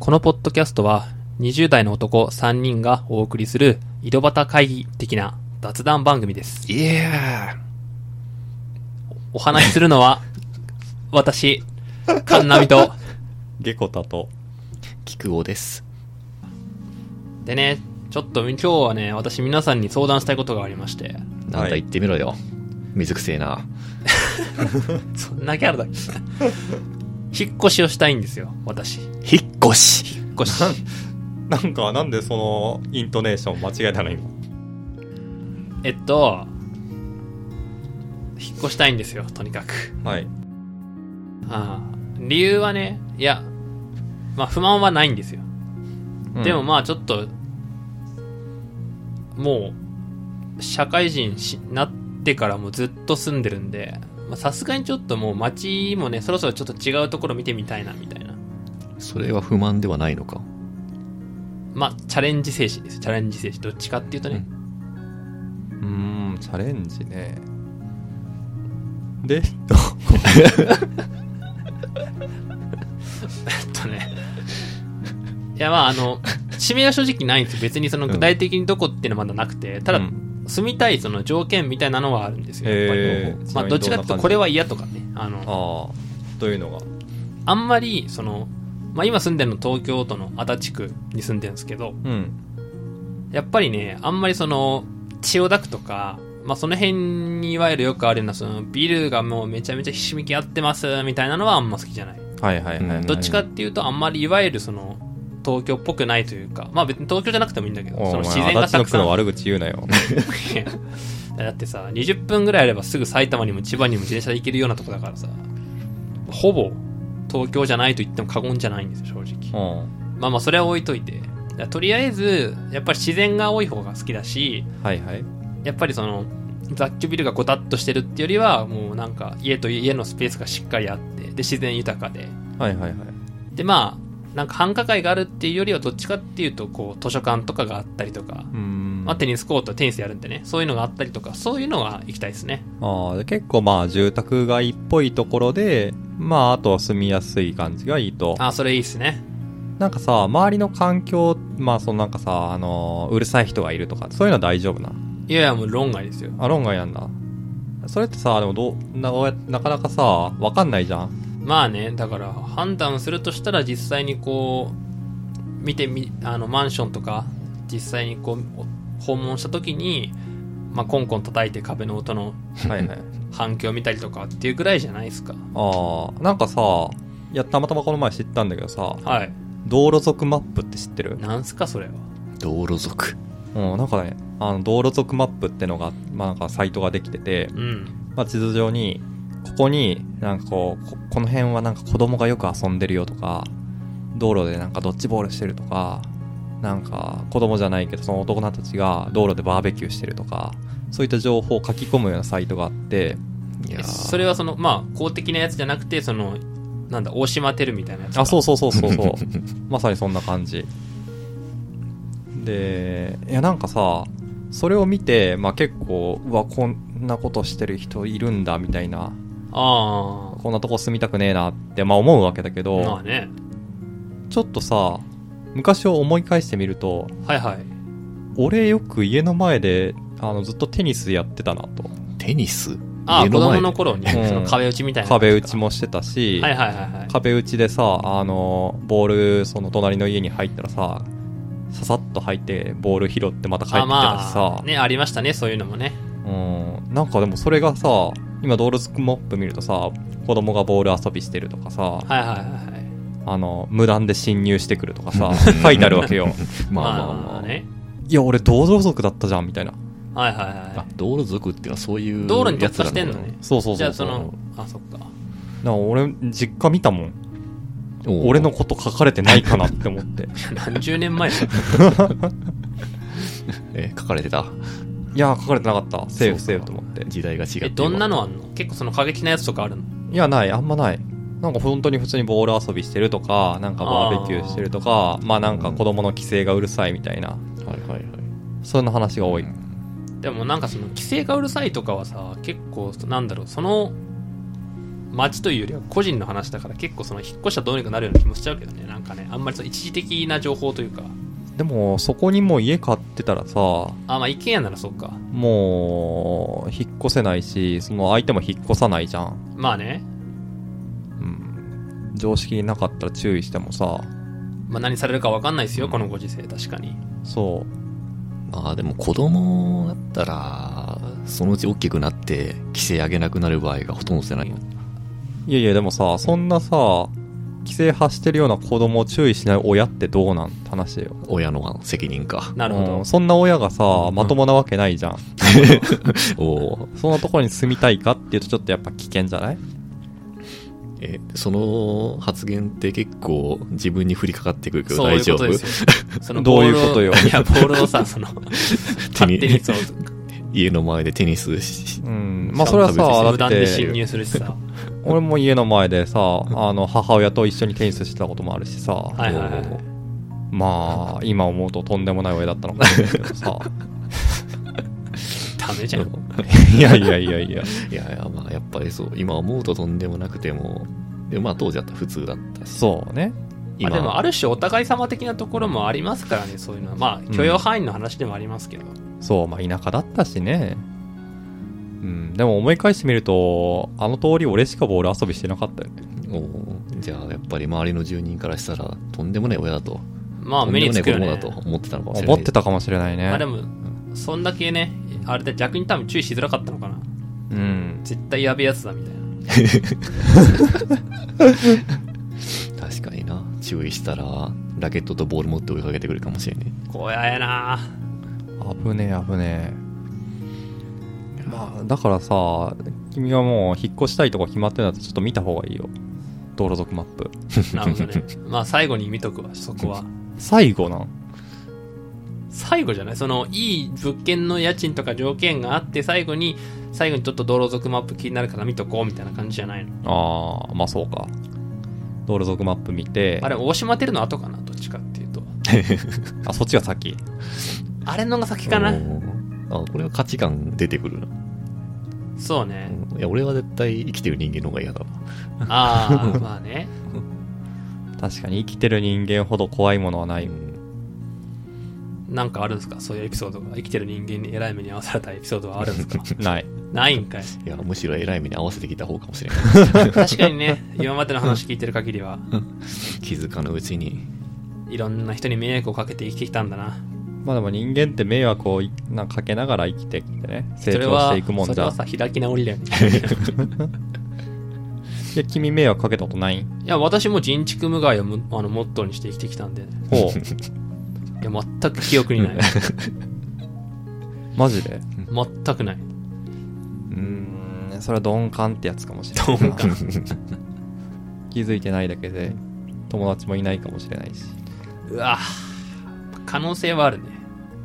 このポッドキャストは20代の男3人がお送りする井戸端会議的な雑談番組です。 イエー。 お話しするのは私、カンナミとゲコタとキクオです。 でね、ちょっと今日はね、私皆さんに相談したいことがありまして。 なんだ言ってみろよ。水くせえな。 そんなキャラだっけ。引っ越しをしたいんですよ、私。 引っ越し。 引っ越し。 なんでそのイントネーション間違えたの今。 引っ越したいんですよ、とにかく。 はい。 理由はね、いや、まあ不満はないんですよ。でもまあちょっと、もう、社会人になってからもずっと住んでるんで、さすがにちょっともう街もね、そろそろちょっと違うところ見てみたいな、みたいな。 それは不満ではないのか。 まあ、チャレンジ精神です。チャレンジ精神。どっちかっていうとね。 チャレンジね。でいやまあ指名は正直ないんですよ。別にその具体的にどこっていうのはまだなくて、ただ、住みたいその条件みたいなのはあるんですよ。やっぱりまあどっちかっていうとこれは嫌とかね。 どういうのがあんまりその、まあ今住んでるの東京都の足立区に住んでるんですけど、やっぱりね、あんまりその千代田区とか、まあその辺にいわゆるよくあるようなそのビルがもうめちゃめちゃひしめき合ってますみたいなのはあんま好きじゃない。 はいはいはい、はい。 どっちかっていうとあんまりいわゆるその東京っぽくないというか、まあ別に東京じゃなくてもいいんだけど、その自然がたくさん。 足立の区の悪口言うなよ。 だってさ、20分ぐらいあればすぐ埼玉にも千葉にも自転車で行けるようなとこだからさ、ほぼ東京じゃないと言っても過言じゃないんですよ、正直。まあまあそれは置いといて、とりあえずやっぱり自然が多い方が好きだし、 はいはい。 やっぱりその雑居ビルがゴタッとしてるっていうよりは、もうなんか家と家のスペースがしっかりあって、で自然豊かで、 はいはいはい。 でまあなんか繁華街があるっていうよりはどっちかっていうとこう図書館とかがあったりとか、まあ、テニスコートテニスやるんでね、そういうのがあったりとか、そういうのが行きたいですね。 結構まあ住宅街っぽいところで、まああとは住みやすい感じがいいと。 それいいっすね。 なんかさ、周りの環境、まあそのなんかさ、うるさい人がいるとか、そういうのは大丈夫な。 いやいやもう論外ですよ。 論外なんだ。それってさ、でもなかなかさ、わかんないじゃん。 まあね、だから判断するとしたら実際にこう見てマンションとか実際にこう訪問した時に、まあコンコン叩いて壁の音の反響を見たりとかっていうぐらいじゃないですか。 なんかさ、たまたまこの前知ったんだけどさ、 はい。 道路族マップって知ってる？ なんすかそれは。 道路族。 なんかね、道路族マップってのが、まあなんかサイトができてて、まあ地図上にここになんかこの辺はなんか子供がよく遊んでるよとか、道路でなんかドッジボールしてるとか、なんか子供じゃないけどその大人たちが道路でバーベキューしてるとか、そういった情報を書き込むようなサイトがあって、 それはそのまあ公的なやつじゃなくて、そのなんだ大島テルみたいなやつ。 そうまさにそんな感じで、いやなんかさ、それを見て、まあ結構こんなことしてる人いるんだみたいな、こんなとこ住みたくねえなってまあ思うわけだけど、 まあね、 ちょっとさ昔を思い返してみると、 はいはい、 俺よく家の前でずっとテニスやってたなと。 テニス？ 子供の頃に、その壁打ちみたいな壁打ちもしてたし、壁打ちでさ、ボールその隣の家に入ったらさ、ささっと入ってボール拾ってまた帰ってきてたしさ、 ね、ありましたね、そういうのもね。 なんかでもそれがさ、今道路スクモップ見るとさ、子供がボール遊びしてるとかさ、無断で侵入してくるとかさ書いてあるわけよ。 まあね、 いや俺道路族だったじゃんみたいな。 道路族っていうのはそういう道路に特化してんのね。 そうじゃあそっか。 俺実家見たもん。俺のこと書かれてないかなって思って何十年前だ書かれてた？ いや書かれてなかった。セーフと思って。 時代が違って。 どんなのあんの？結構その過激なやつとかあるの？ いやない、あんまない。なんか本当に普通にボール遊びしてるとか、なんかバーベキューしてるとか、まあなんか子供の規制がうるさいみたいな、そういうの話が多い。 でもなんかその規制がうるさいとかはさ、結構なんだろう、その町というよりは個人の話だから結構その引っ越したらどうにかなるような気もしちゃうけどね。なんかね、あんまりその一時的な情報というか。 でもそこにもう家買ってたらさ、 まあ一軒家ならそうか。 もう引っ越せないし、その相手も引っ越さないじゃん。 まあね。 うん。常識なかったら注意してもさ、 まあ何されるか分かんないですよ、このご時世。確かに。 そう。 まあでも子供だったらそのうち大きくなって規制上げなくなる場合がほとんどじゃないよ。 いやいやでもさ、そんなさ規制発してるような子供を注意しない親ってどうなんって話よ。 親の責任か。 なるほど、 そんな親がさまともなわけないじゃん。 おそんなところに住みたいかっていうとちょっとやっぱ危険じゃない？ その発言って結構自分に降りかかってくるけど大丈夫？ そういうことですよ。そのどういうことよ。 いや、ボールをさ、その、勝手にそう、 家の前でテニスし、 まあそれはさ、 無断で侵入するしさ。 俺も家の前でさ、母親と一緒にテニスしてたこともあるしさ、 はいはいはい。 まあ、今思うととんでもない親だったのかもしれないけどさ。 ダメじゃん。 いやいやいやいや。 いやいや、まあやっぱりそう、今思うととんでもなくても、でもまあ当時だったら普通だったし。 そうね。 まあでもある種お互い様的なところもありますからね、そういうのは。まあ許容範囲の話でもありますけど。 そう、まあ田舎だったしね。うん、でも思い返してみると、あの通り俺しかボール遊びしてなかったよね。 じゃあやっぱり周りの住人からしたらとんでもない親だと。 まあ目につくよね。 とんでもない子供だと思ってたのかもしれない。 思ってたかもしれないね。 まあでも、そんだけね、あれで逆に多分注意しづらかったのかな。 うん。 絶対やべえやつだみたいな。 確かにな。注意したらラケットとボール持って追いかけてくるかもしれない。 怖えな。 危ねえ危ねえ。まあだからさ、君がもう引っ越したいとこ決まってるんだったらちょっと見た方がいいよ。道路族マップ。 なるほどね。まあ最後に見とくわ、そこは。 最後なん？ 最後じゃない？そのいい物件の家賃とか条件があって最後にちょっと道路族マップ気になるから見とこうみたいな感じじゃないの？ ああ、まあそうか。道路族マップ見て。 あれ大島テルの後かな、どっちかっていうと。 あ、そっちが先。 あれのが先かな。 これは価値観出てくるな。 そうね。 いや、俺は絶対生きてる人間の方が嫌だな。 ああ、まあね。 確かに生きてる人間ほど怖いものはない。 なんかあるんですか、そういうエピソードが。生きてる人間に偉い目に遭わされたエピソードはあるんですか？ ない。 ないんかい。 いや、むしろ偉い目に合わせてきた方かもしれない。 確かにね、今までの話聞いてる限りは。 気づかぬうちに。 いろんな人に迷惑をかけて生きてきたんだな。 まあでも人間って迷惑をなんかかけながら生きてきてね、成長していくもんじゃん。 それはさ、開き直りだよね。 いや、君迷惑かけたことない？いや、私も人畜無害をモットーにして生きてきたんで、ね。 ほう。 いや、全く記憶にない。 マジで？ 全くない。 それは鈍感ってやつかもしれない。 鈍感。 気づいてないだけで、友達もいないかもしれないし。 うわ可能性はあるね。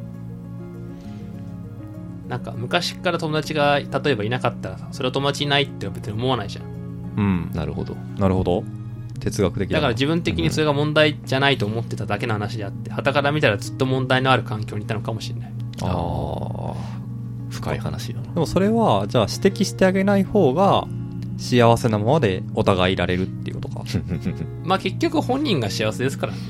なんか昔から友達が例えばいなかったらさ、それは友達いないって別に思わないじゃん。 うん、 なるほど。 なるほど。哲学的だ。 だから自分的にそれが問題じゃないと思ってただけの話であって、傍から見たらずっと問題のある環境にいたのかもしれない。 ああ、 深い話だな。 でもそれはじゃあ指摘してあげない方が幸せなままでお互いいられるっていうことか。 まあ結局本人が幸せですからね。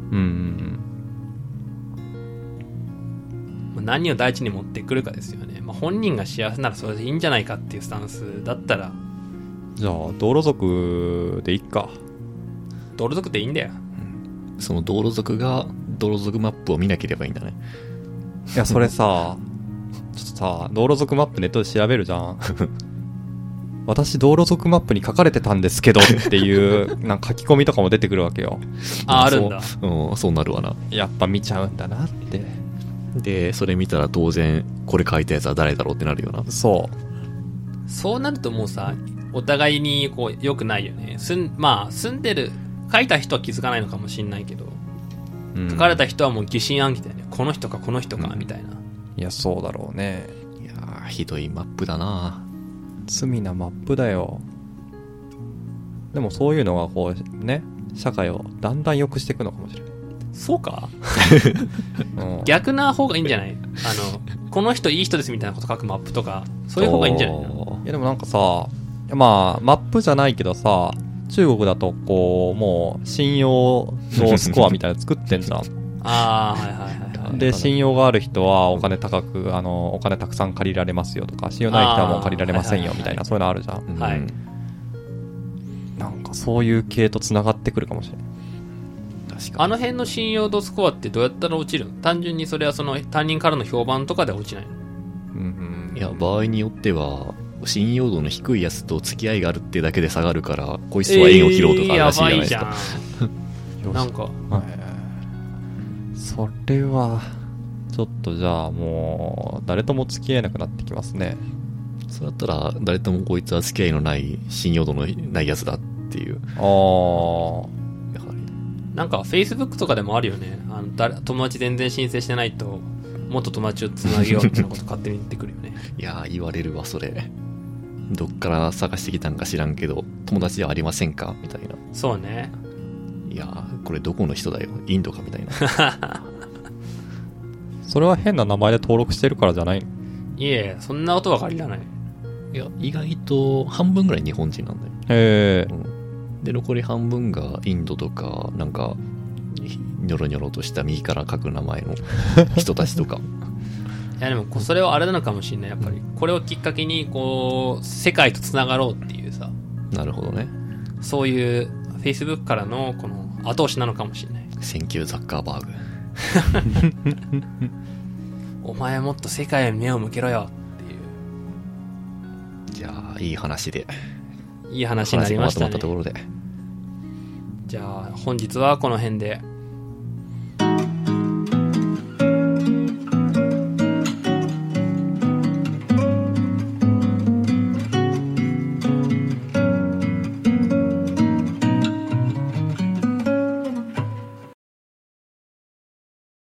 何を第一に持ってくるかですよね。まあ、本人が幸せならそれでいいんじゃないかっていうスタンスだったら、 じゃあ道路族でいっか。 道路族でいいんだよ。 その道路族が道路族マップを見なければいいんだね。 いや、それさ、ちょっとさ、道路族マップネットで調べるじゃん。私道路族マップに書かれてたんですけどっていうなんか書き込みとかも出てくるわけよ。 あるんだ。 そうなるわな。 やっぱ見ちゃうんだなって。 で、それ見たら当然これ書いたやつは誰だろうってなるよな。 そうなるともうさ、お互いにこう良くないよね。まあ住んでる書いた人は気づかないのかもしれないけど、書かれた人はもう疑心暗鬼だよね。この人かこの人かみたいな。 いや、そうだろうね。 いやー、ひどいマップだな。 罪なマップだよ。でもそういうのがこうね、社会をだんだん良くしていくのかもしれない。 そうか、逆な方がいいんじゃない？この人いい人ですみたいなこと書くマップとか、そういう方がいいんじゃないの？ いやでもなんかさ、 まあ、マップじゃないけどさ、中国だとこう、もう、信用のスコアみたいなの作ってんじゃん。 ああ、はいはいはい。 で、信用がある人はお金高く、お金たくさん借りられますよとか、信用ない人はもう借りられませんよみたいな、そういうのあるじゃん。 はい。 なんかそういう系と繋がってくるかもしれない。 確かに。あの辺の信用度スコアってどうやったら落ちるの？単純にそれはその他人からの評判とかで落ちないの？ いや、場合によっては、信用度の低いやつと付き合いがあるってだけで下がるから、こいつとは縁を切ろうとかあるらしいじゃないですか。やばいじゃん。なんか、 それはちょっとじゃあもう誰とも付き合えなくなってきますね。 そうだったら誰ともこいつは付き合いのない信用度のないやつだっていう。 ああ。 やはりなんか Facebook とかでもあるよね。友達全然申請してないともっと友達をつなげようみたいなこと勝手に言ってくるよね。 いやー、言われるわそれ。どっから探してきたんか知らんけど友達ではありませんかみたいな。 そうね。 いやー、これどこの人だよ、インドかみたいな。 それは変な名前で登録してるからじゃない？ いえ、そんなことは限らない。 いや、意外と半分ぐらい日本人なんだよ。 へえ、 で残り半分がインドとかなんかニョロニョロとした右から書く名前の人たちとか。 いやでもそれはあれなのかもしれない。やっぱりこれをきっかけにこう世界とつながろうっていうさ。 なるほどね。 そういう Facebook からのこの後押しなのかもしれない。 センキューザッカーバーグ。 お前もっと世界に目を向けろよっていう。 じゃあいい話で。 いい話になりましたね。 話がまとまったところで。 じゃあ本日はこの辺で。